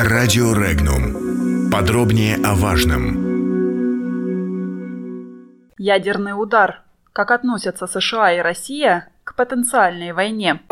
Радио Регнум. Подробнее о важном. Ядерный удар. Как относятся США и Россия к потенциальной войне?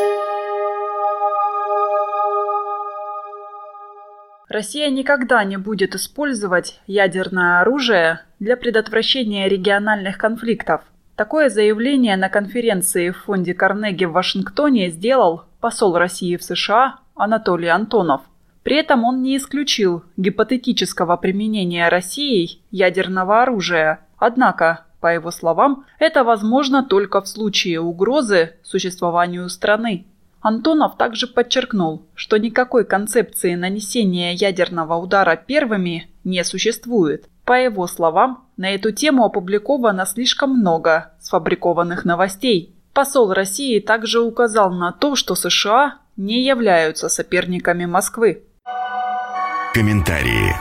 Россия никогда не будет использовать ядерное оружие для предотвращения региональных конфликтов. Такое заявление на конференции в фонде Карнеги в Вашингтоне сделал посол России в США Анатолий Антонов. При этом он не исключил гипотетического применения Россией ядерного оружия. Однако, по его словам, это возможно только в случае угрозы существованию страны. Антонов также подчеркнул, что никакой концепции нанесения ядерного удара первыми не существует. По его словам, на эту тему опубликовано слишком много сфабрикованных новостей. Посол России также указал на то, что США не являются соперниками Москвы. Комментарии.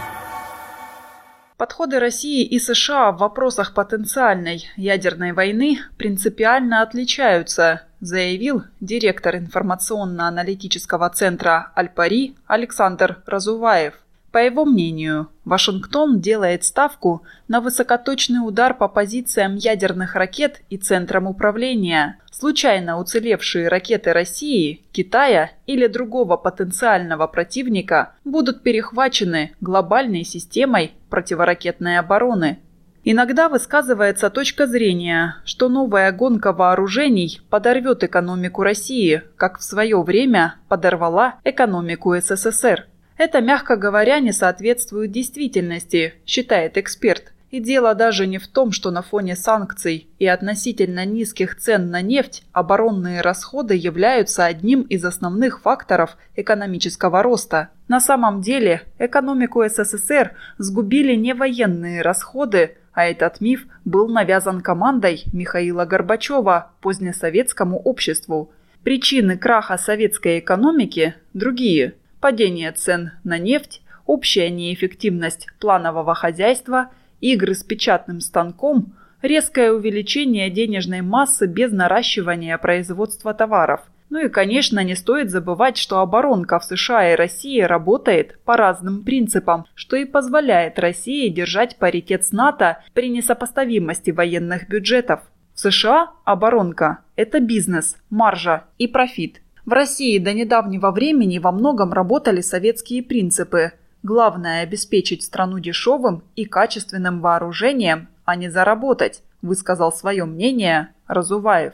Подходы России и США в вопросах потенциальной ядерной войны принципиально отличаются, заявил директор информационно-аналитического центра «Аль-Пари» Александр Разуваев. По его мнению, Вашингтон делает ставку на высокоточный удар по позициям ядерных ракет и центрам управления. Случайно уцелевшие ракеты России, Китая или другого потенциального противника будут перехвачены глобальной системой противоракетной обороны. Иногда высказывается точка зрения, что новая гонка вооружений подорвет экономику России, как в свое время подорвала экономику СССР. Это, мягко говоря, не соответствует действительности, считает эксперт. И дело даже не в том, что на фоне санкций и относительно низких цен на нефть оборонные расходы являются одним из основных факторов экономического роста. На самом деле экономику СССР сгубили не военные расходы, а этот миф был навязан командой Михаила Горбачева позднесоветскому обществу. Причины краха советской экономики другие. Падение цен на нефть, общая неэффективность планового хозяйства, игры с печатным станком, резкое увеличение денежной массы без наращивания производства товаров. Ну и, конечно, не стоит забывать, что оборонка в США и России работает по разным принципам, что и позволяет России держать паритет с НАТО при несопоставимости военных бюджетов. В США оборонка – это бизнес, маржа и профит. В России до недавнего времени во многом работали советские принципы. Главное – обеспечить страну дешевым и качественным вооружением, а не заработать, высказал свое мнение Разуваев.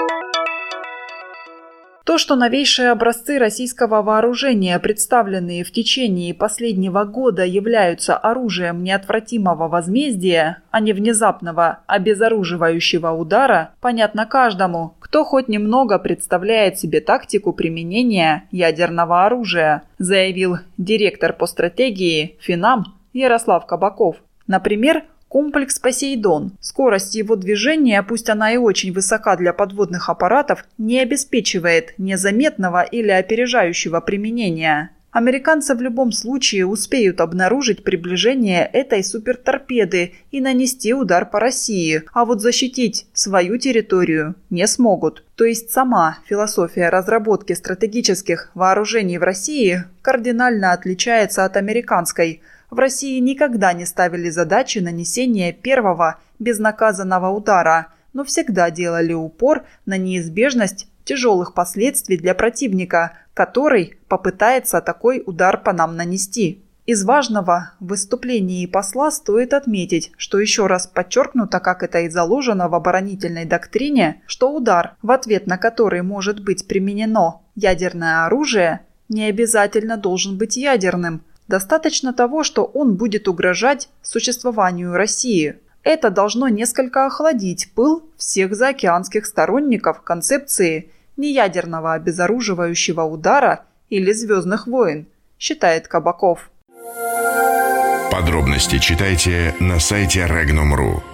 То, что новейшие образцы российского вооружения, представленные в течение последнего года, являются оружием неотвратимого возмездия, а не внезапного обезоруживающего удара, понятно каждому, кто хоть немного представляет себе тактику применения ядерного оружия, заявил директор по стратегии Финам Ярослав Кабаков. Например, комплекс «Посейдон». Скорость его движения, пусть она и очень высока для подводных аппаратов, не обеспечивает незаметного или опережающего применения. Американцы в любом случае успеют обнаружить приближение этой суперторпеды и нанести удар по России, а вот защитить свою территорию не смогут. То есть сама философия разработки стратегических вооружений в России кардинально отличается от американской. В России никогда не ставили задачи нанесения первого безнаказанного удара, но всегда делали упор на неизбежность тяжелых последствий для противника, который попытается такой удар по нам нанести. Из важного в выступлении посла стоит отметить, что еще раз подчеркнуто, как это и заложено в оборонительной доктрине, что удар, в ответ на который может быть применено ядерное оружие, не обязательно должен быть ядерным. Достаточно того, что он будет угрожать существованию России. Это должно несколько охладить пыл всех заокеанских сторонников концепции неядерного обезоруживающего удара или «Звездных войн», считает Кабаков. Подробности читайте на сайте Regnum.ru.